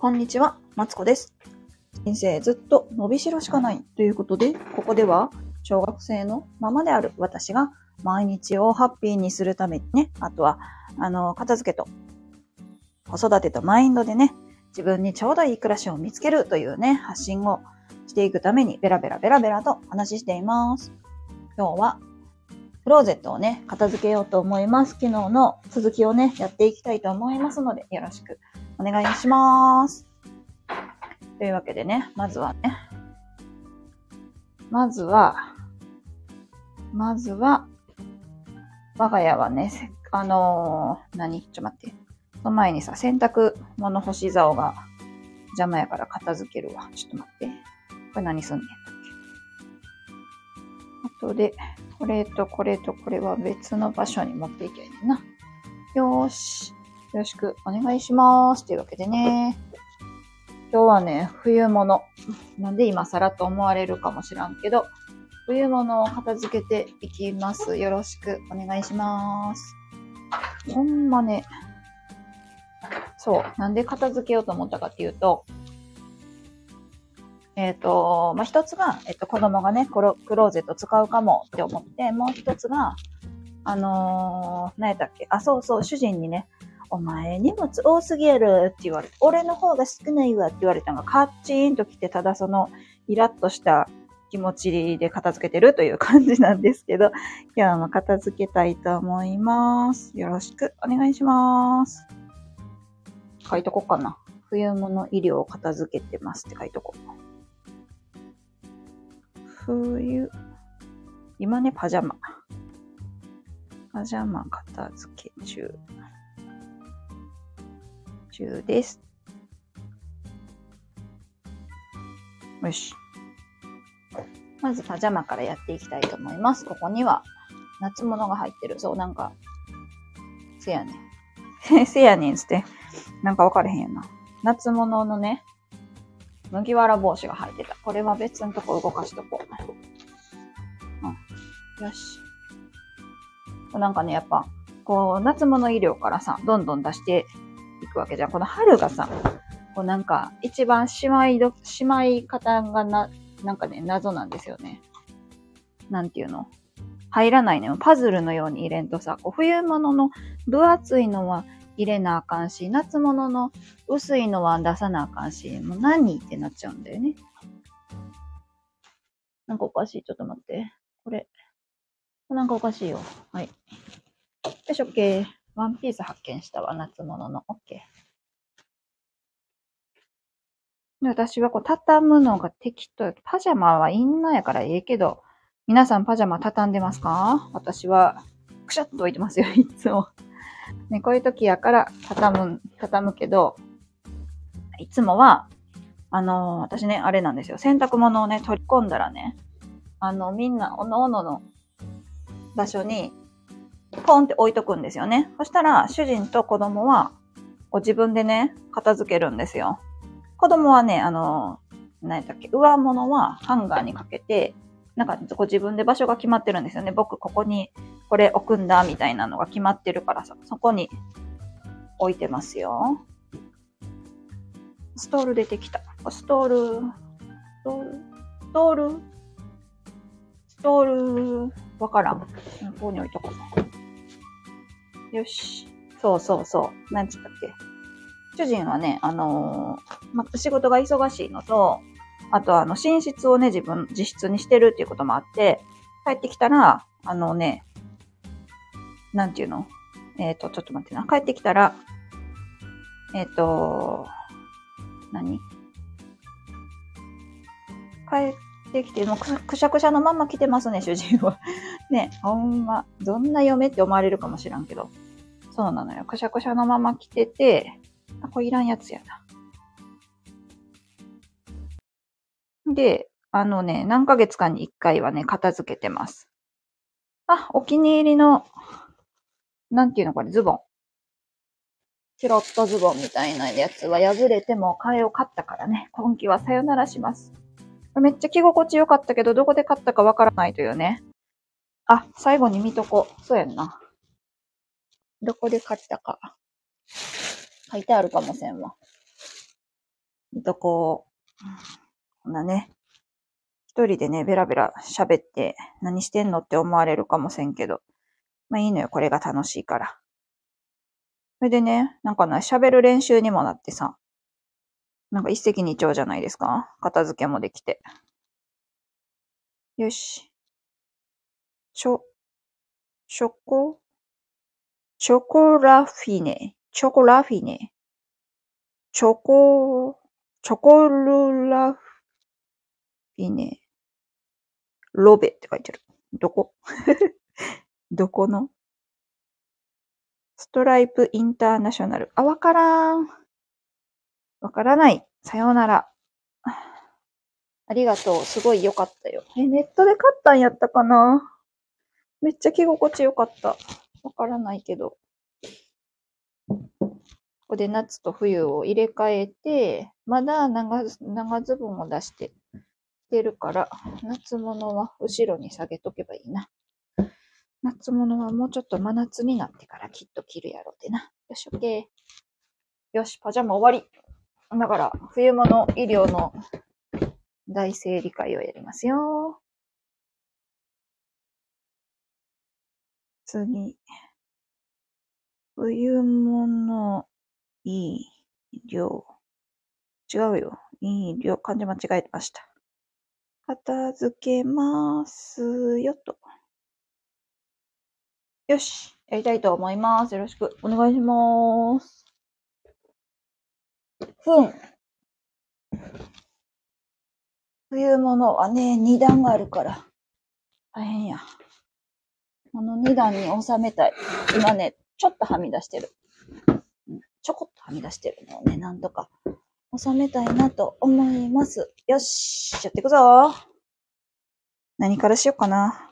こんにちは、マツコです。人生ずっと伸びしろしかないということで、ここでは小学生のままである私が毎日をハッピーにするためにね、あとは片付けと子育てとマインドでね、自分にちょうどいい暮らしを見つけるというね、発信をしていくためにベラベラと話しています。今日はクローゼットをね、片付けようと思います。昨日の続きをね、やっていきたいと思いますので、よろしくお願いします。というわけでね、まずは、我が家はね、ちょっと待って。その前にさ、洗濯物干し竿が邪魔やから片付けるわ。ちょっと待って。これ何すんねんだっけ。あとで、これとこれとこれは別の場所に持っていきゃいいな。よーし。よろしくお願いします。というわけでね。今日はね、冬物。なんで今更と思われるかもしらんけど、冬物を片付けていきます。よろしくお願いします。ほんまね。そう。なんで片付けようと思ったかっていうと、一つが、子供がね、クローゼット使うかもって思って、もう一つが、何やったっけ？そう、主人にね、お前荷物多すぎやろって言われて、俺の方が少ないわって言われたのがカッチーンときて、ただそのイラッとした気持ちで片付けてるという感じなんですけど、今日も片付けたいと思います。よろしくお願いします。書いとこうかな。冬物衣料を片付けてますって書いとこう。今ね、パジャマ片付け中です。よし。まずパジャマからやっていきたいと思います。ここには夏物が入ってる。そう、なんか、せやねんつって。なんか分かれへんやな。夏物のね、麦わら帽子が入ってた。これは別のとこ動かしとこう。よし。なんかね、やっぱ、こう、夏物衣料からさ、どんどん出していくわけじゃん。この春がさ、こうなんか、一番しまい方がなんかね、謎なんですよね。なんていうの？入らないね。パズルのように入れんとさ、こう冬物の分厚いのは入れなあかんし、夏物の薄いのは出さなあかんし、もう何ってなっちゃうんだよね。なんかおかしい。ちょっと待って。これ。なんかおかしいよ。はい。よし、オッケー。ワンピース発見したわ。夏物の。オッケー。で、私はこう畳むのが適当。パジャマはインナーやからええけど、皆さんパジャマ畳んでますか？私はくしゃっと置いてますよ、いつも。ね、こういう時やから畳むけど、いつもは、私ね、あれなんですよ。洗濯物をね、取り込んだらね、みんな、おのおのの場所に、ポンって置いとくんですよね。そしたら、主人と子供は、こう自分でね、片付けるんですよ。子供はね、何やったっけ、上物はハンガーにかけて、なんかこう自分で場所が決まってるんですよね。僕ここにこれ置くんだみたいなのが決まってるからさ、そこに置いてますよ。ストール出てきた。ストール、わからん。ここに置いとこう。よし。そう。なんつったっけ。主人はね、仕事が忙しいのと、あと寝室をね、自室にしてるっていうこともあって、帰ってきたら、なんていうの？ちょっと待ってな。帰ってきたら、何？帰ってきて、もうくしゃくしゃのまま来てますね、主人は。ね、ほんま、どんな嫁って思われるかもしらんけど。そうなのよ。くしゃくしゃのまま来てて、これいらんやつやな。で、何ヶ月かに1回はね、片付けてます。お気に入りの、なんていうのこれ、ズボン。チロットズボンみたいなやつは破れても替えを買ったからね、今季はさよならします。めっちゃ着心地良かったけど、どこで買ったかわからないというね。最後に見とこ。そうやんな。どこで買ったか。書いてあるかもせんわ。 こんなね、一人でね、ベラベラ喋って何してんのって思われるかもせんけど、まあいいのよ、これが楽しいから。それでね、なんか喋る練習にもなってさ、なんか一石二鳥じゃないですか？片付けもできて。よし。チョコラフィネ。チョコラフィネ。ロベって書いてる。どこどこのストライプインターナショナル。あ、わからん。わからない。さようなら。ありがとう。すごい良かったよ。ネットで買ったんやったかな？めっちゃ着心地良かった。わからないけど。ここで夏と冬を入れ替えて、まだ長ズボンを出して着てるから、夏物は後ろに下げとけばいいな。夏物はもうちょっと真夏になってからきっと着るやろうってな。よし、OK。よし、パジャマ終わり。だから、冬物医療の大整理会をやりますよ。次。冬物医療。違うよ。医療。漢字間違えてました。片付けますよと。よし。やりたいと思います。よろしくお願いします。冬物はね、2段があるから。大変や。この2段に収めたい。今ね、ちょっとはみ出してる。ちょこっとはみ出してるのをね、なんとか収めたいなと思います。よし、やっていくぞ。何からしようかな。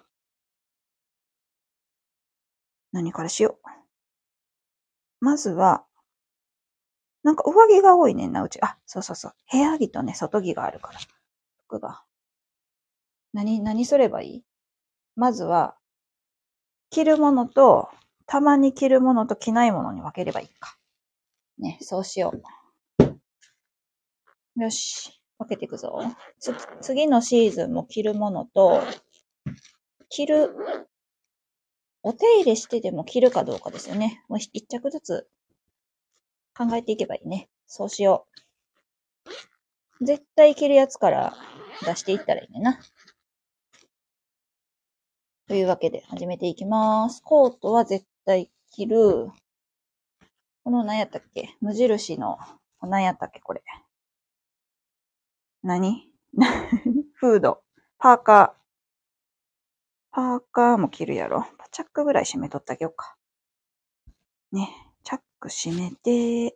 何からしよう。まずは、なんか上着が多いねんな、うち。あ、そうそうそう。部屋着とね、外着があるから。服が。何すればいい？まずは、着るものと、たまに着るものと着ないものに分ければいいか。ね、そうしよう。よし。分けていくぞ。次のシーズンも着るものと、お手入れしてでも着るかどうかですよね。もう一着ずつ考えていけばいいね。そうしよう。絶対着るやつから出していったらいいねんな。というわけで始めていきます。コートは絶対着る。この何やったっけ？無印の、何やったっけこれ。何フード。パーカーも着るやろ。チャックぐらい締めとってあげようか。ね。チャック締めて、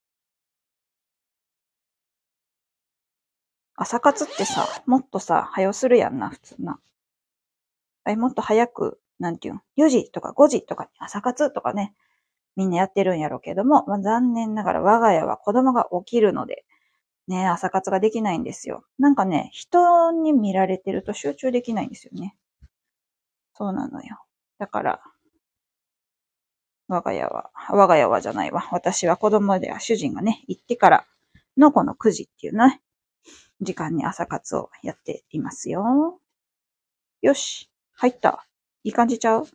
朝活ってさ、もっとさ、早するやんな、普通な。もっと早く、なんていうん、4時とか5時とかに朝活とかね、みんなやってるんやろうけども、残念ながら我が家は子供が起きるので、ね、朝活ができないんですよ。なんかね、人に見られてると集中できないんですよね。そうなのよ。だから、我が家はじゃないわ。私は子供では主人がね、行ってからのこの9時っていうね、時間に朝活をやっていますよ。よし。入った。いい感じちゃう？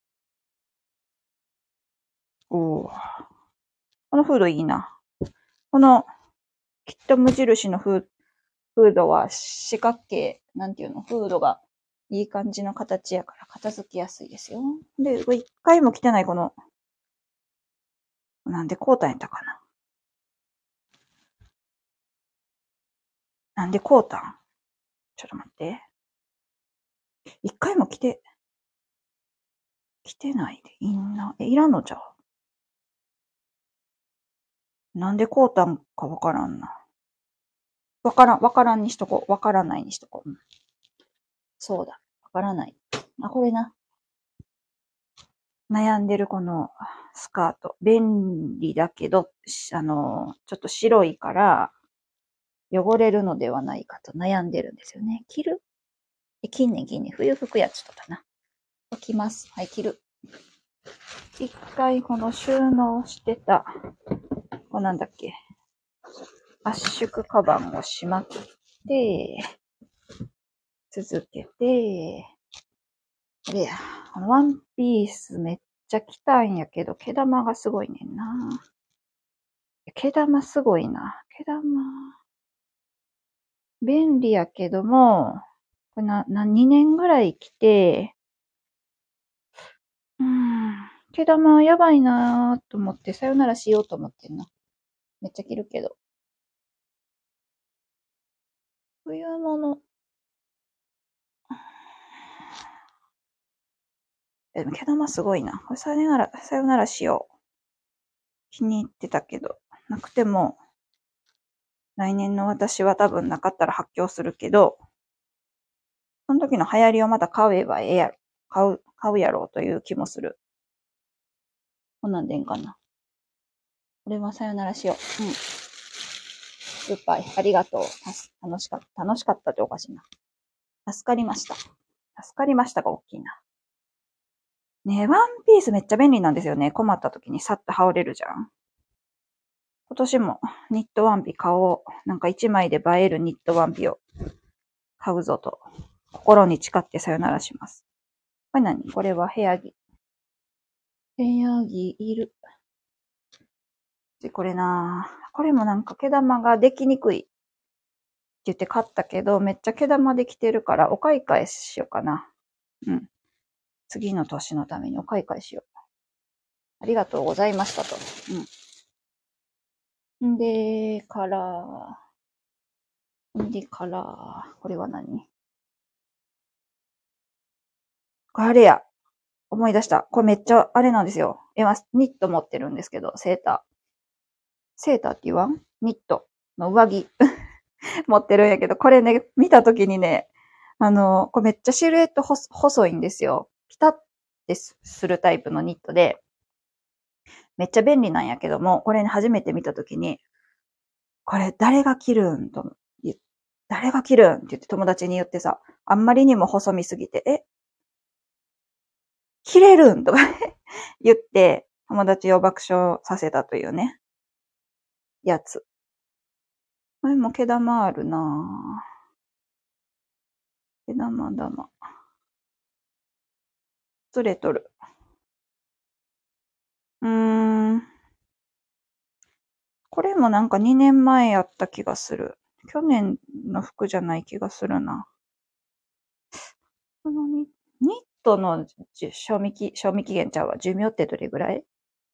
おー。このフードいいな。この、きっと無印のフードは四角形、なんていうの、フードがいい感じの形やから片付きやすいですよ。で、一回も着てないこの、なんでこうたんやったかな。なんでこうたん？ちょっと待って。一回も着てないでいいな。いらんのじゃう？なんでこうたんかわからんな。わからんにしとこう。わからないにしとこう。そうだ。わからない。あ、これな。悩んでるこのスカート。便利だけど、ちょっと白いから汚れるのではないかと悩んでるんですよね。着る？着んねん。冬服やつとだな。着ます。はい、着る。一回この収納してた、これなんだっけ。 圧縮カバンをしまって、続けて、あれや、ワンピースめっちゃ着たんやけど、毛玉がすごいねんな。毛玉すごいな。毛玉。便利やけども、これ2年ぐらい着て、毛玉やばいなーと思って、さよならしようと思ってんな。めっちゃ着るけど。冬物。でも毛玉すごいな。これさよならしよう。気に入ってたけど、なくても、来年の私は多分なかったら発狂するけど、その時の流行りをまた買えばええやろ。買うやろうという気もする。こんなんでんかな。これはさよならしよう。グッバイ。ありがとう。楽しかったっておかしいな。助かりました。助かりましたが大きいな。ねえ、ワンピースめっちゃ便利なんですよね。困った時にさっと羽織れるじゃん。今年もニットワンピ買おう。なんか一枚で映えるニットワンピを買うぞと。心に誓ってさよならします。これ何？これは部屋着。部屋着いる。で、これなぁ。これもなんか毛玉ができにくいって言って買ったけど、めっちゃ毛玉できてるからお買い替えしようかな。次の年のためにお買い替えしよう。ありがとうございましたと。これは何？あれや。思い出した。これめっちゃあれなんですよ。今、ニット持ってるんですけど、セーター。セーターって言わん？ニットの上着持ってるんやけど、これね、見たときにね、これめっちゃシルエット細いんですよ。ピタッてするタイプのニットで、めっちゃ便利なんやけども、これね、初めて見たときに、これ誰が着るんと、誰が着るんって言って友達に言ってさ、あんまりにも細身すぎて、着れるんとか言って、友達を爆笑させたというね、やつ。これも毛玉あるなぁ。毛玉。ずれとる。これもなんか2年前やった気がする。去年の服じゃない気がするな。このニットの賞味期限ちゃうわ。寿命ってどれぐらい？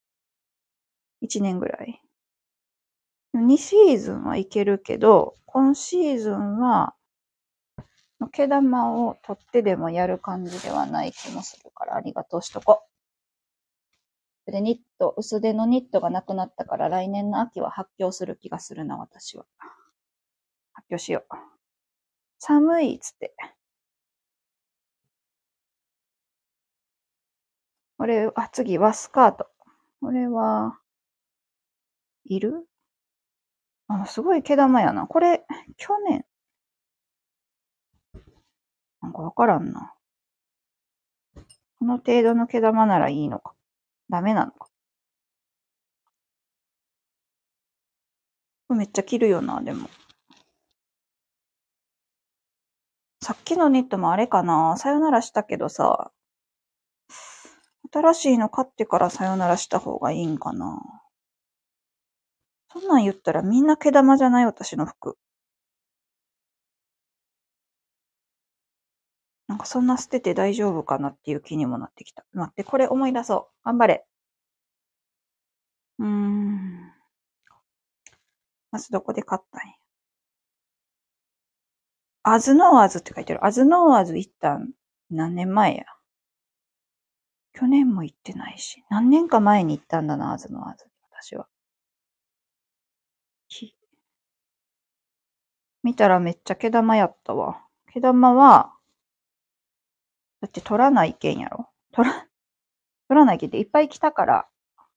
1 年ぐらい。2シーズンはいけるけど、今シーズンは、毛玉を取ってでもやる感じではない気もするから、ありがとうしとこう。で、薄手のニットがなくなったから、来年の秋は発狂する気がするな、私は。発狂しよう。寒いっつって。次はスカート。これは、いる？すごい毛玉やな。これ、去年。なんかわからんな。この程度の毛玉ならいいのか。ダメなのか。これめっちゃ着るよな、でも。さっきのニットもあれかな。さよならしたけどさ、新しいの買ってからさよならした方がいいんかな。そんなん言ったらみんな毛玉じゃない？私の服。なんかそんな捨てて大丈夫かなっていう気にもなってきた。待って、これ思い出そう。頑張れ。まずどこで買ったんや。アズノーアズって書いてある。アズノーアズ行ったん何年前や。去年も行ってないし。何年か前に行ったんだな、アズノーアズ。私は。見たらめっちゃ毛玉やったわ。毛玉は、だって取らないけんやろ。取らないけんっていっぱい来たから、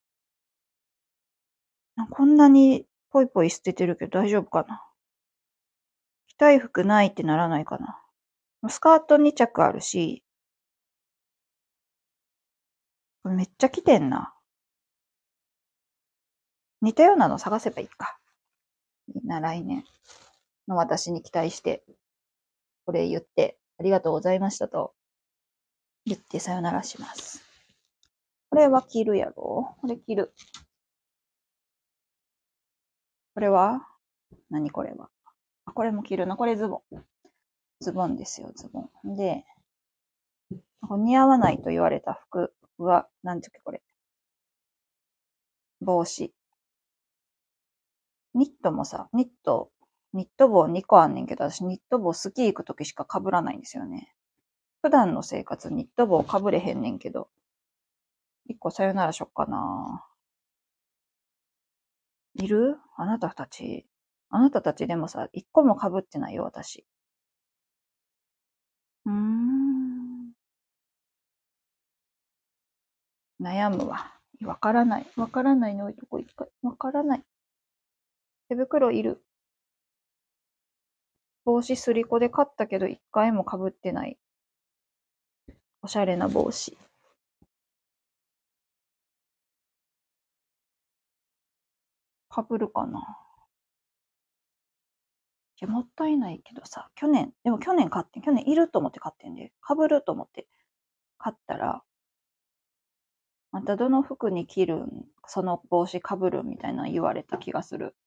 こんなにポイポイ捨ててるけど大丈夫かな。着たい服ないってならないかな。スカート2着あるし、これめっちゃ着てんな。似たようなの探せばいいか。 みんな来年の私に期待して、これ言って、ありがとうございましたと言ってさよならします。これは着るやろ？これ着る。これは何これは。あ、これも着るな。これズボン。ズボンですよ、ズボン。で、似合わないと言われた服は、なんていうかこれ。帽子。ニットもさ、ニット帽2個あんねんけど、私ニット帽スキー行くときしか被らないんですよね。普段の生活ニット帽被れへんねんけど、1個さよならしよっかな。いる？あなたたち。あなたたちでもさ、1個も被ってないよ、私。悩むわ。わからない。わからないの置いとこ一回。わからない。手袋いる。帽子すりこで買ったけど一回も被ってない。おしゃれな帽子。被るかな？いや、もったいないけどさ、でも去年買ってん。去年いると思って買ってんで、被ると思って買ったら、あんたどの服に着るん？その帽子被るみたいなの言われた気がする。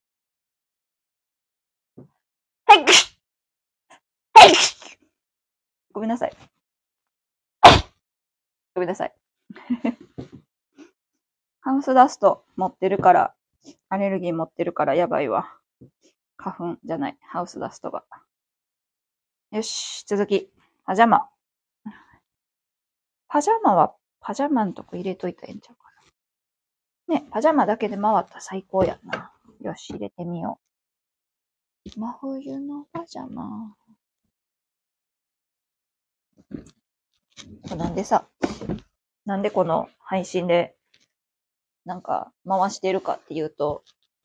はいはいごめんなさい。ごめんなさい。ハウスダスト持ってるから、アレルギー持ってるからやばいわ。花粉じゃない、ハウスダストが。よし、続き。パジャマ。パジャマは、パジャマんとこ入れといたらええんちゃうかな。ね、パジャマだけで回ったら最高やんな。よし、入れてみよう。真冬のパジャマ。なんでさ、なんでこの配信で、なんか、回してるかっていうと、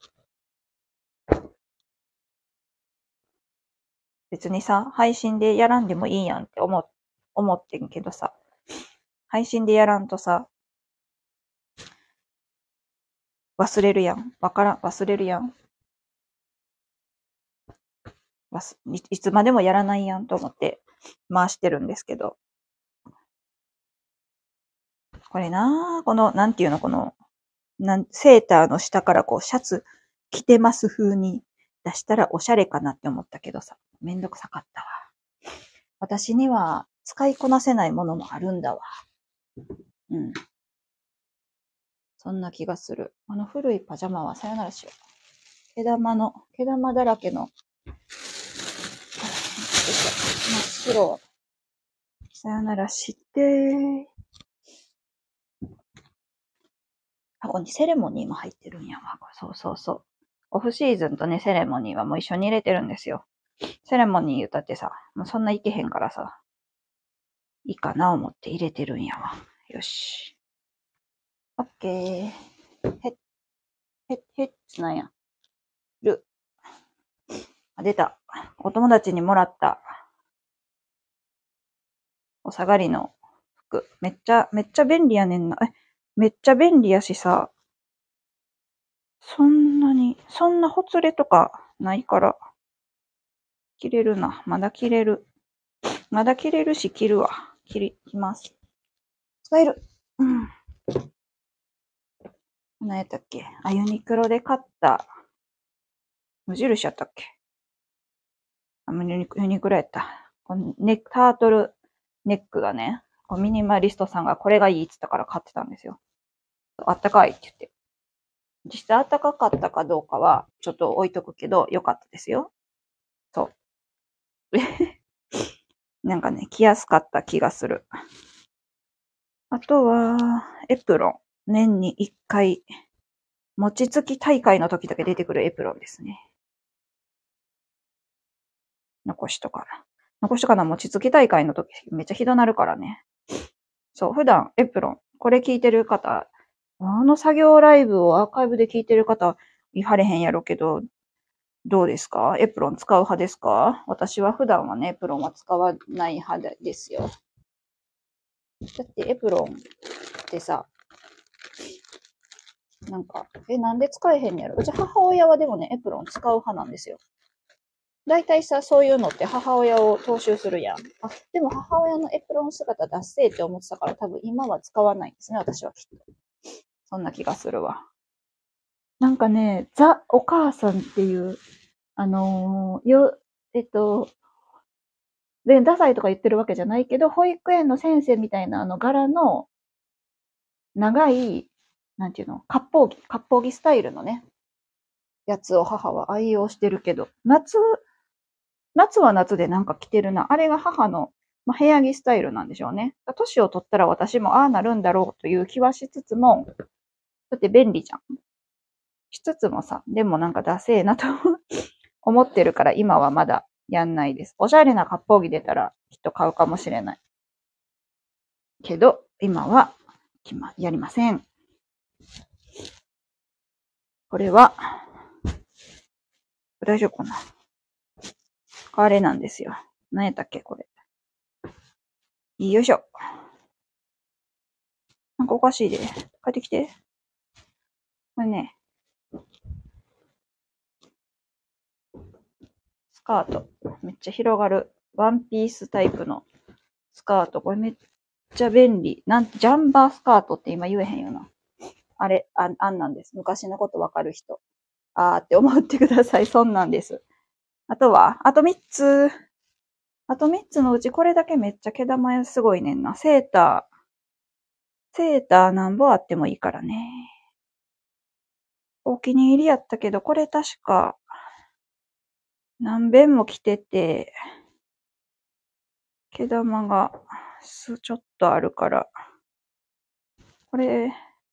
別にさ、配信でやらんでもいいやんって思ってんけどさ、配信でやらんとさ、忘れるやん。忘れるやん。いつまでもやらないやんと思って回してるんですけど。これなぁ、この、なんていうの、この、セーターの下からこう、シャツ着てます風に出したらおしゃれかなって思ったけどさ、めんどくさかったわ。私には使いこなせないものもあるんだわ。うん。そんな気がする。あの古いパジャマはさよならしよう。毛玉だらけの、真っ白。さよならして、ここにセレモニーも入ってるんやわ。そうそうそう。オフシーズンとね、セレモニーはもう一緒に入れてるんですよ。セレモニー言ったってさ、もうそんないけへんからさ、いいかな思って入れてるんやわ。よし。オッケー。へっつなんや。出た。お友達にもらったお下がりの服。めっちゃ便利やねんな。めっちゃ便利やしさ、そんなほつれとかないから、着れるな。まだ着れる。まだ着れるし着るわ。着ます。使える。うん。何やったっけ？ユニクロで買った、無印やったっけ？ユニクロやった。タートルネックがね、ミニマリストさんがこれがいいって言ったから買ってたんですよ。あったかいって言って。実際あったかかったかどうかは、ちょっと置いとくけど、良かったですよ。そう。なんかね、着やすかった気がする。あとは、エプロン。年に1回、餅つき大会の時だけ出てくるエプロンですね。残しとかな。餅つき大会の時、めっちゃひどなるからね。そう、普段エプロン、これ聞いてる方、あの作業ライブをアーカイブで聞いてる方、いはれへんやろけど、どうですか？エプロン使う派ですか？私は普段はね、エプロンは使わない派ですよ。だってエプロンってさ、 なんか、なんで使えへんやろ。うち母親はでもね、エプロン使う派なんですよ。だいたいさ、そういうのって母親を踏襲するやん。でも母親のエプロン姿ダッセーって思ってたから多分今は使わないんですね、私はきっと。そんな気がするわ。なんかね、ザ・お母さんっていう、あのーよ、えっと、で、ダサいとか言ってるわけじゃないけど、保育園の先生みたいな柄の長い、なんていうの、割烹着スタイルのね、やつを母は愛用してるけど、夏は夏でなんか着てるな。あれが母の、部屋着スタイルなんでしょうね。年を取ったら私もああなるんだろうという気はしつつも、だって便利じゃん。しつつもさ、でもなんかダセーなと思ってるから今はまだやんないです。おしゃれな割烹着出たらきっと買うかもしれない。けど、今はやりません。これは、大丈夫かな？あれなんですよ。何やったっけこれ。よいしょ。なんかおかしいで。帰ってきて。これね、スカート。めっちゃ広がる。ワンピースタイプのスカート。これめっちゃ便利。ジャンバースカートって今言えへんよな。あれ、あんなんです。昔のことわかる人。あーって思ってください。そんなんです。あとは、あと3つ。あと3つのうちこれだけめっちゃ毛玉やすごいねんな。セーターなんぼあってもいいからね。お気に入りやったけど、これ確か何遍も着てて、毛玉がちょっとあるから。これ、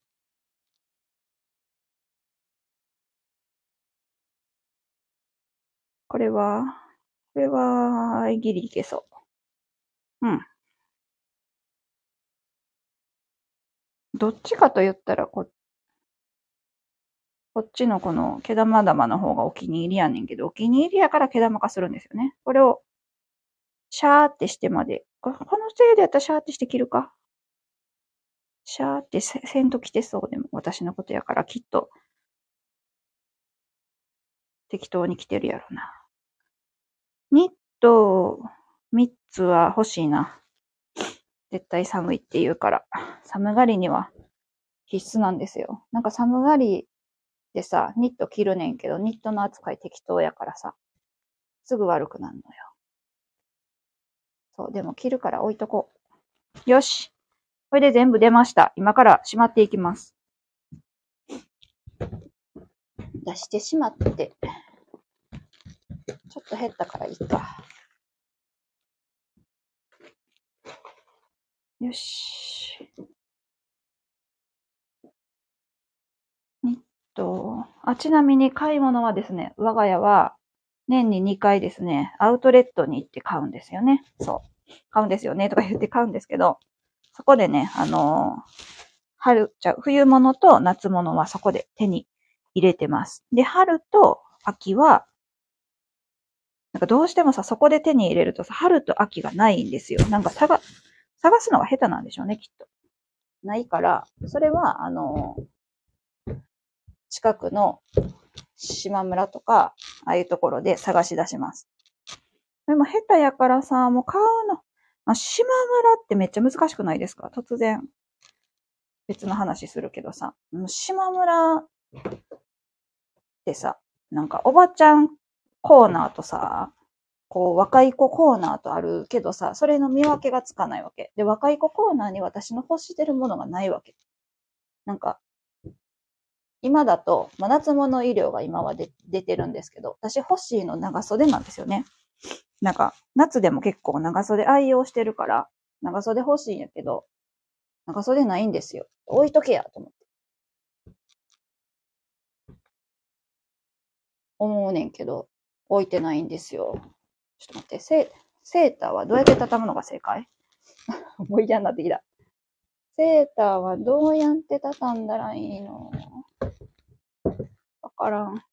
これは、これは、ギリいけそう。うん。どっちかと言ったらこっちのこの毛玉玉の方がお気に入りやねんけど、お気に入りやから毛玉化するんですよね。これを、シャーってしてまで。この程度やったらシャーってして切るか。シャーってせんと着てそうでも、私のことやからきっと適当に着てるやろな。ニット3つは欲しいな。絶対寒いって言うから。寒がりには必須なんですよ。なんか寒がりでさ、ニット着るねんけど、ニットの扱い適当やからさ、すぐ悪くなるのよ。そう、でも着るから置いとこう。よし。これで全部出ました。今からしまっていきます。出してしまって、ちょっと減ったからいいか。よし。ちなみに買い物はですね、我が家は年に2回ですね、アウトレットに行って買うんですよね。そう。買うんですよねとか言って買うんですけど、そこでね、冬物と夏物はそこで手に入れてます。で、春と秋は、なんかどうしてもさ、そこで手に入れるとさ、春と秋がないんですよ。なんか探すのが下手なんでしょうね、きっと。ないから、それは、近くの島村とか、ああいうところで探し出します。でも下手やからさ、もう買うの。島村ってめっちゃ難しくないですか？突然別の話するけどさ、島村ってさ、なんかおばちゃんコーナーとさ、こう若い子コーナーとあるけどさ、それの見分けがつかないわけ。で、若い子コーナーに私の欲してるものがないわけ。なんか、今だと、夏物医療が今は出てるんですけど、私欲しいの長袖なんですよね。なんか、夏でも結構長袖愛用してるから、長袖欲しいんやけど、長袖ないんですよ。置いとけや、と思うねんけど、置いてないんですよ。ちょっと待って、セーターはどうやって畳むのが正解？もう嫌になってきた。セーターはどうやって畳んだらいいの？わからん。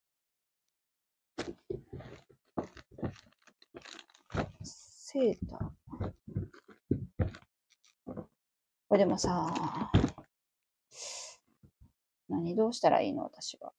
セーター。これでもさ、 どうしたらいいの私は。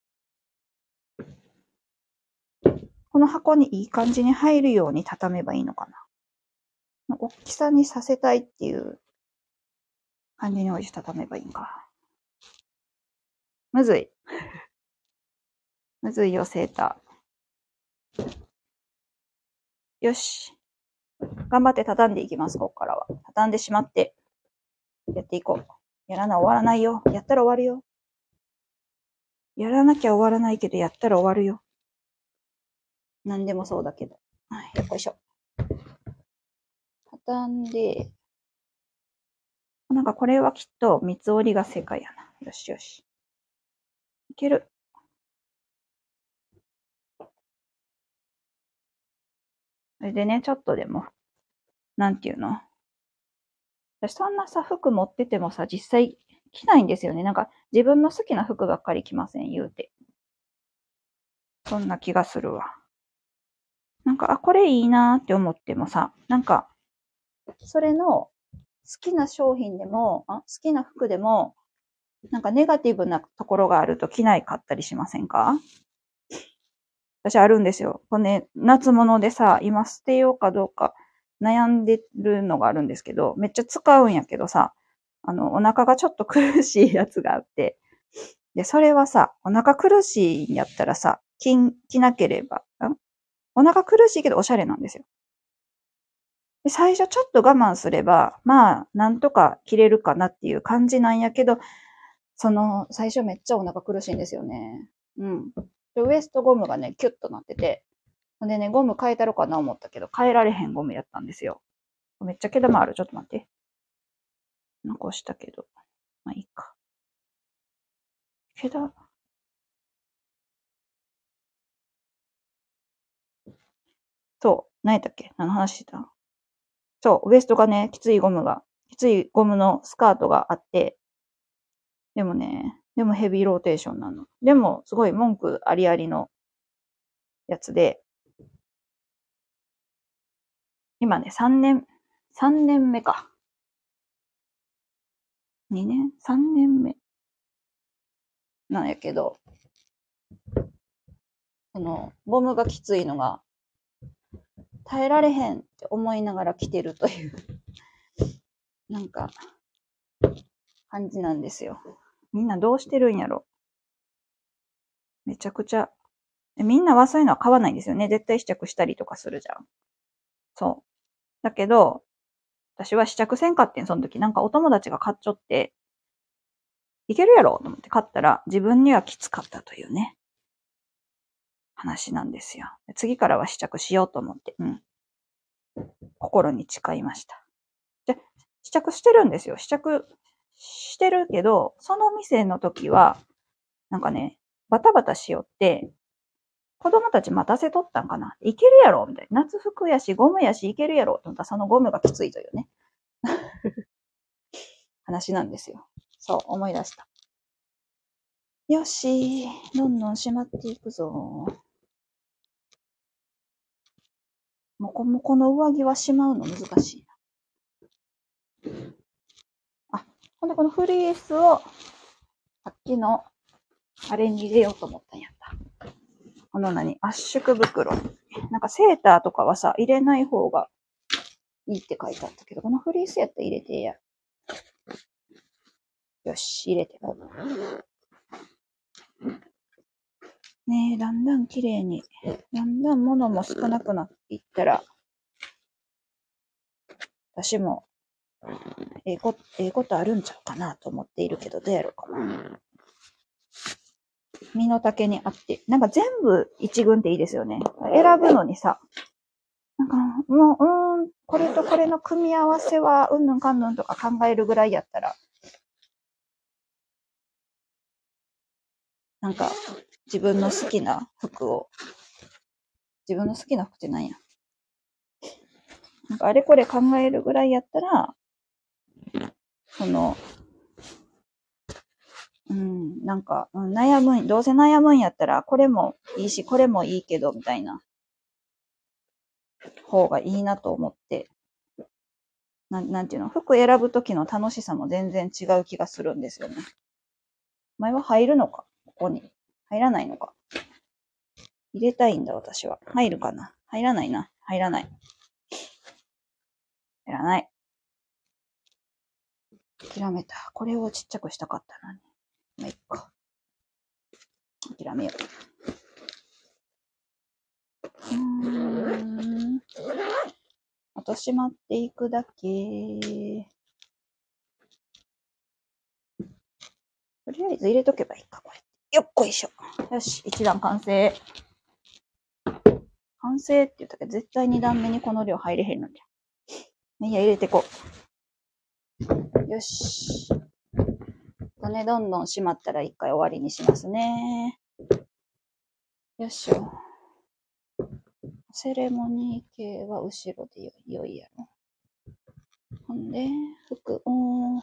この箱にいい感じに入るように畳めばいいのかな。大きさにさせたいっていう感じに置いて畳めばいいんか。むずい。むずいよ、セーター。よし。頑張って畳んでいきます、ここからは。畳んでしまって、やっていこう。やらな終わらないよ。やったら終わるよ。やらなきゃ終わらないけど、やったら終わるよ。なんでもそうだけど。はい、よいしょ。畳んで、なんかこれはきっと三つ折りが正解やな。よしよし。いける。それでね、ちょっとでも、なんていうの？私そんなさ、服持っててもさ、実際着ないんですよね。なんか自分の好きな服ばっかり着ません、言うて。そんな気がするわ。なんか、これいいなーって思ってもさ、なんか、それの好きな商品でも、好きな服でも、なんかネガティブなところがあると着ないかったりしませんか？私あるんですよ。これね、夏物でさ、今捨てようかどうか悩んでるのがあるんですけど、めっちゃ使うんやけどさ、お腹がちょっと苦しいやつがあって、で、それはさ、お腹苦しいんやったらさ、着なければ、お腹苦しいけどおしゃれなんですよ。で、最初ちょっと我慢すれば、まあ、なんとか着れるかなっていう感じなんやけど、最初めっちゃお腹苦しいんですよね。うん。で、ウエストゴムがね、キュッとなってて、ほんでね、ゴム変えたろかな思ったけど、変えられへんゴムやったんですよ。めっちゃ毛玉ある。ちょっと待って。残したけど。まあいいか。毛玉。そう。何やったっけ？何の話してた？そう。ウエストがね、きついゴムのスカートがあって、でもヘビーローテーションなの。でも、すごい文句ありありのやつで、今ね、3年目か。2年 ?3 年目なんやけど、ゴムがきついのが耐えられへんって思いながら着てるという、なんか、感じなんですよ。みんなどうしてるんやろ？めちゃくちゃ。みんなはそういうのは買わないんですよね。絶対試着したりとかするじゃん。そう。だけど、私は試着せんかってん、その時。なんかお友達が買っちゃって、いけるやろと思って買ったら、自分にはきつかったというね、話なんですよ。次からは試着しようと思って、心に誓いました。で、試着してるんですよ。試着してるけど、その店の時は、なんかね、バタバタしよって、子供たち待たせとったんかな。いけるやろみたいな。夏服やし、ゴムやし、いけるやろと思ったら、そのゴムがきついというね、話なんですよ。そう、思い出した。よし、どんどん閉まっていくぞ。もこもこの上着はしまうの難しいな。ほんでこのフリースを、さっきのあれに入れようと思ったんやった。この圧縮袋。なんかセーターとかはさ、入れない方がいいって書いてあったけど、このフリースやったら入れてや。よし、入れてこう。ねえ、だんだん綺麗に、だんだん物も少なくなっていったら、私も、ええことあるんちゃうかなと思っているけど、どうやろうかな。身の丈に合って。なんか全部一軍っていいですよね。選ぶのにさ、なんか、もう、これとこれの組み合わせは、うんぬんかんぬんとか考えるぐらいやったら、なんか、自分の好きな服を、自分の好きな服って何や。なんかあれこれ考えるぐらいやったら、なんか、どうせ悩むんやったら、これもいいし、これもいいけど、みたいな方がいいなと思って、なんていうの、服選ぶときの楽しさも全然違う気がするんですよね。 前は入るのか？ここに。入らないのか？入れたいんだ、私は。入るかな？入らないな。入らない。入らない。諦めた。これをちっちゃくしたかったのに。まあ、いっか。諦めよう。あとしまっていくだけ。とりあえず入れとけばいいか、これ。よっこいしょ。よし、一段完成。完成って言ったけど、絶対二段目にこの量入れへんのじゃ。いや、入れてこう。よし。とね、どんどん閉まったら一回終わりにしますね。よいしょ。セレモニー系は後ろでよいやろ。ほんで、服を、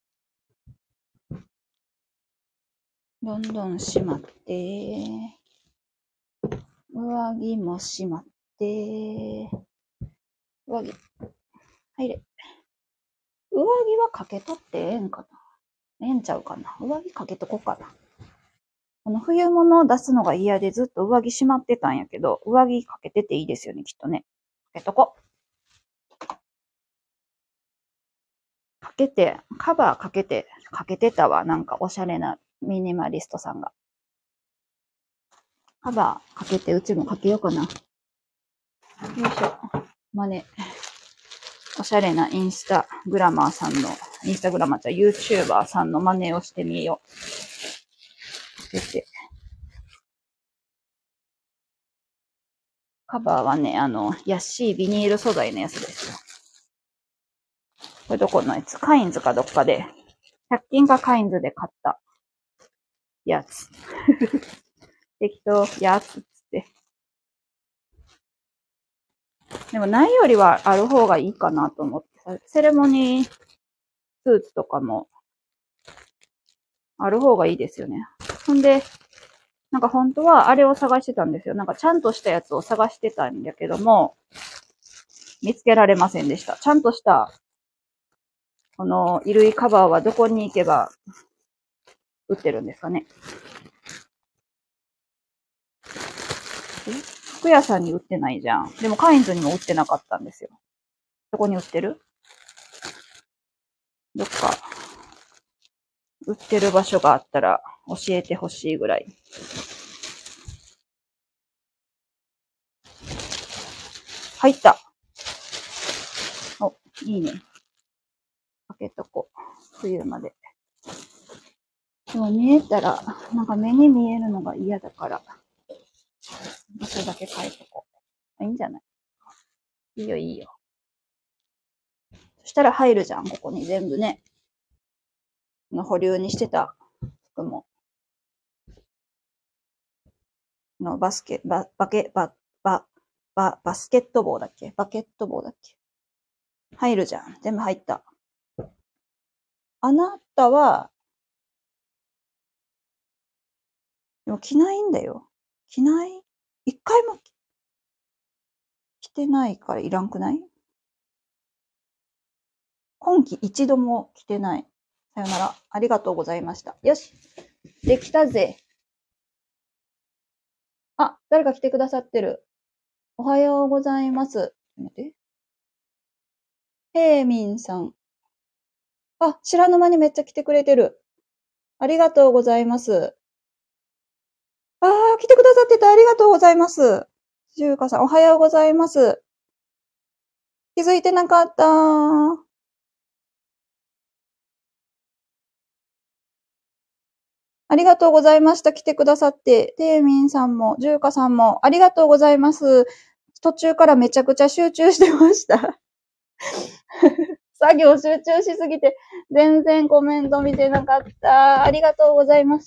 どんどん閉まって、上着も閉まって、上着、入れ。上着はかけとってええんかな？ええんちゃうかな？上着かけとこうかな。この冬物を出すのが嫌でずっと上着閉まってたんやけど、上着かけてていいですよね、きっとね。かけとこ。かけて、カバーかけてたわ。なんかおしゃれなミニマリストさんが。カバーかけて、うちもかけようかな。よいしょ。まあね、おしゃれなインスタグラマーさんの、インスタグラマーじゃ YouTuber さんの真似をしてみよう。てカバーはね、安いビニール素材のやつですよ。これどこのやつ？カインズかどっかで、100均かカインズで買ったやつ。適当、やつっつって。でもないよりはある方がいいかなと思って。セレモニースーツとかもある方がいいですよね。ほんで、なんか本当はあれを探してたんですよ。なんかちゃんとしたやつを探してたんだけども、見つけられませんでした。ちゃんとした、この衣類カバーはどこに行けば売ってるんですかね。服屋さんに売ってないじゃん。でもカインズにも売ってなかったんですよ。どこに売ってる？どっか売ってる場所があったら教えてほしいぐらい。入った。お、いいね。開けとこう。冬まで。でも見えたら、なんか目に見えるのが嫌だから、場所だけ変えとこう。いいんじゃない？いいよいいよ。そしたら入るじゃん、ここに全部ね。保留にしてた服も。バスケット帽だっけ？バケット帽だっけ？入るじゃん。全部入った。あなたは、でも着ないんだよ。着ない？一回も着てないからいらんくない？今季一度も着てない。さよなら。ありがとうございました。よし。できたぜ。あ、誰か来てくださってる。おはようございます。待って。ヘイミンさん。あ、知らぬ間にめっちゃ来てくれてる。ありがとうございます。あー、来てくださっててありがとうございます。じゅうかさん、おはようございます。気づいてなかった。ありがとうございました。来てくださって。テーミンさんも、じゅうかさんも、ありがとうございます。途中からめちゃくちゃ集中してました。作業集中しすぎて、全然コメント見てなかった。ありがとうございました。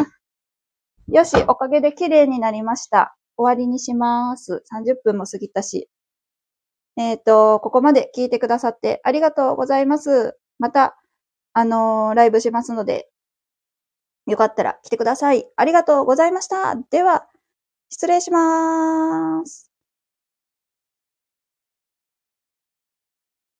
よし、おかげで綺麗になりました。終わりにします。30分も過ぎたし。ここまで聞いてくださってありがとうございます。また、ライブしますので、よかったら来てください。ありがとうございました。では、失礼します。